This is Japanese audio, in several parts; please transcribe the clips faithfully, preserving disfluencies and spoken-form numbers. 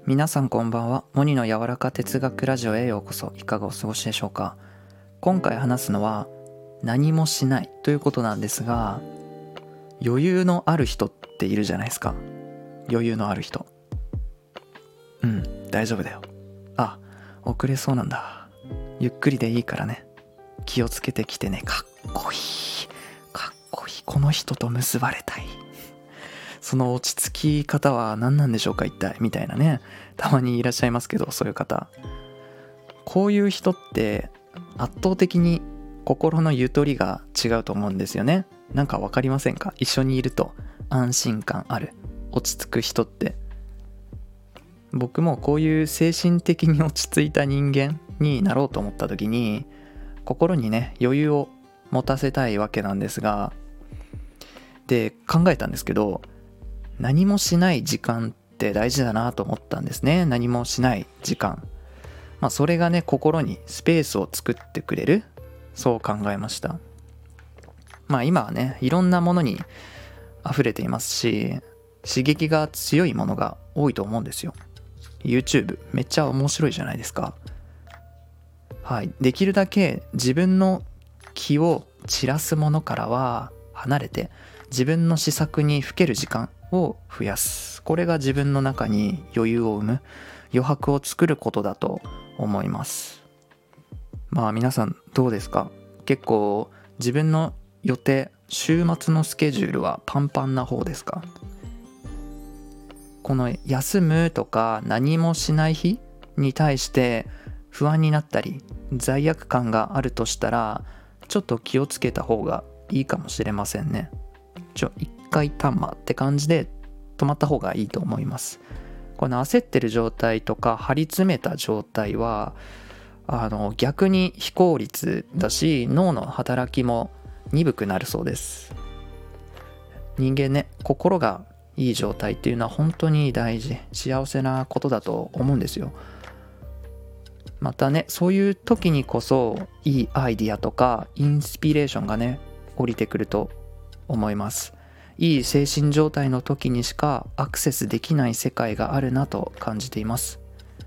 皆さんこんばんは。モニの柔らか哲学ラジオへようこそ。いかがお過ごしでしょうか。今回話すのは何もしないということなんですが、余裕のある人っているじゃないですか。余裕のある人。うん大丈夫だよ。あ、遅れそうなんだ。ゆっくりでいいからね。気をつけてきてね。かっこいいかっこいい。この人と結ばれたい。その落ち着き方は何なんでしょうか一体みたいなね、たまにいらっしゃいますけど、そういう方、こういう人って圧倒的に心のゆとりが違うと思うんですよね。なんかわかりませんか？一緒にいると安心感ある、落ち着く人って。僕もこういう精神的に落ち着いた人間になろうと思った時に、心にね余裕を持たせたいわけなんですが、で考えたんですけど、何もしない時間って大事だなと思ったんですね。何もしない時間、まあそれがね心にスペースを作ってくれる、そう考えました。まあ今はねいろんなものに溢れていますし、刺激が強いものが多いと思うんですよ。 YouTube めっちゃ面白いじゃないですか。はい、できるだけ自分の気を散らすものからは離れて、自分の思索にふける時間を増やす。これが自分の中に余裕を生む、余白を作ることだと思います。まあ皆さんどうですか？結構自分の予定、週末のスケジュールはパンパンな方ですか？この休むとか何もしない日に対して不安になったり罪悪感があるとしたら、ちょっと気をつけた方がいいかもしれませんね。ちょ一回タンマって感じで止まった方がいいと思います。この焦ってる状態とか張り詰めた状態はあの逆に非効率だし、脳の働きも鈍くなるそうです。人間ね、心がいい状態っていうのは本当に大事、幸せなことだと思うんですよ。またね、そういう時にこそいいアイディアとかインスピレーションがね降りてくると思います。いい精神状態の時にしかアクセスできない世界があるなと感じています。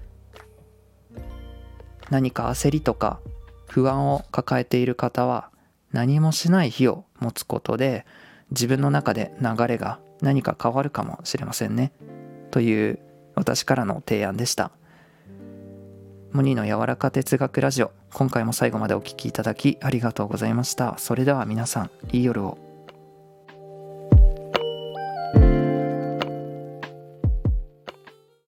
何か焦りとか不安を抱えている方は、何もしない日を持つことで自分の中で流れが何か変わるかもしれませんね、という私からの提案でした。モニーの柔らか哲学ラジオ、今回も最後までお聞きいただきありがとうございました。それでは皆さん、いい夜を。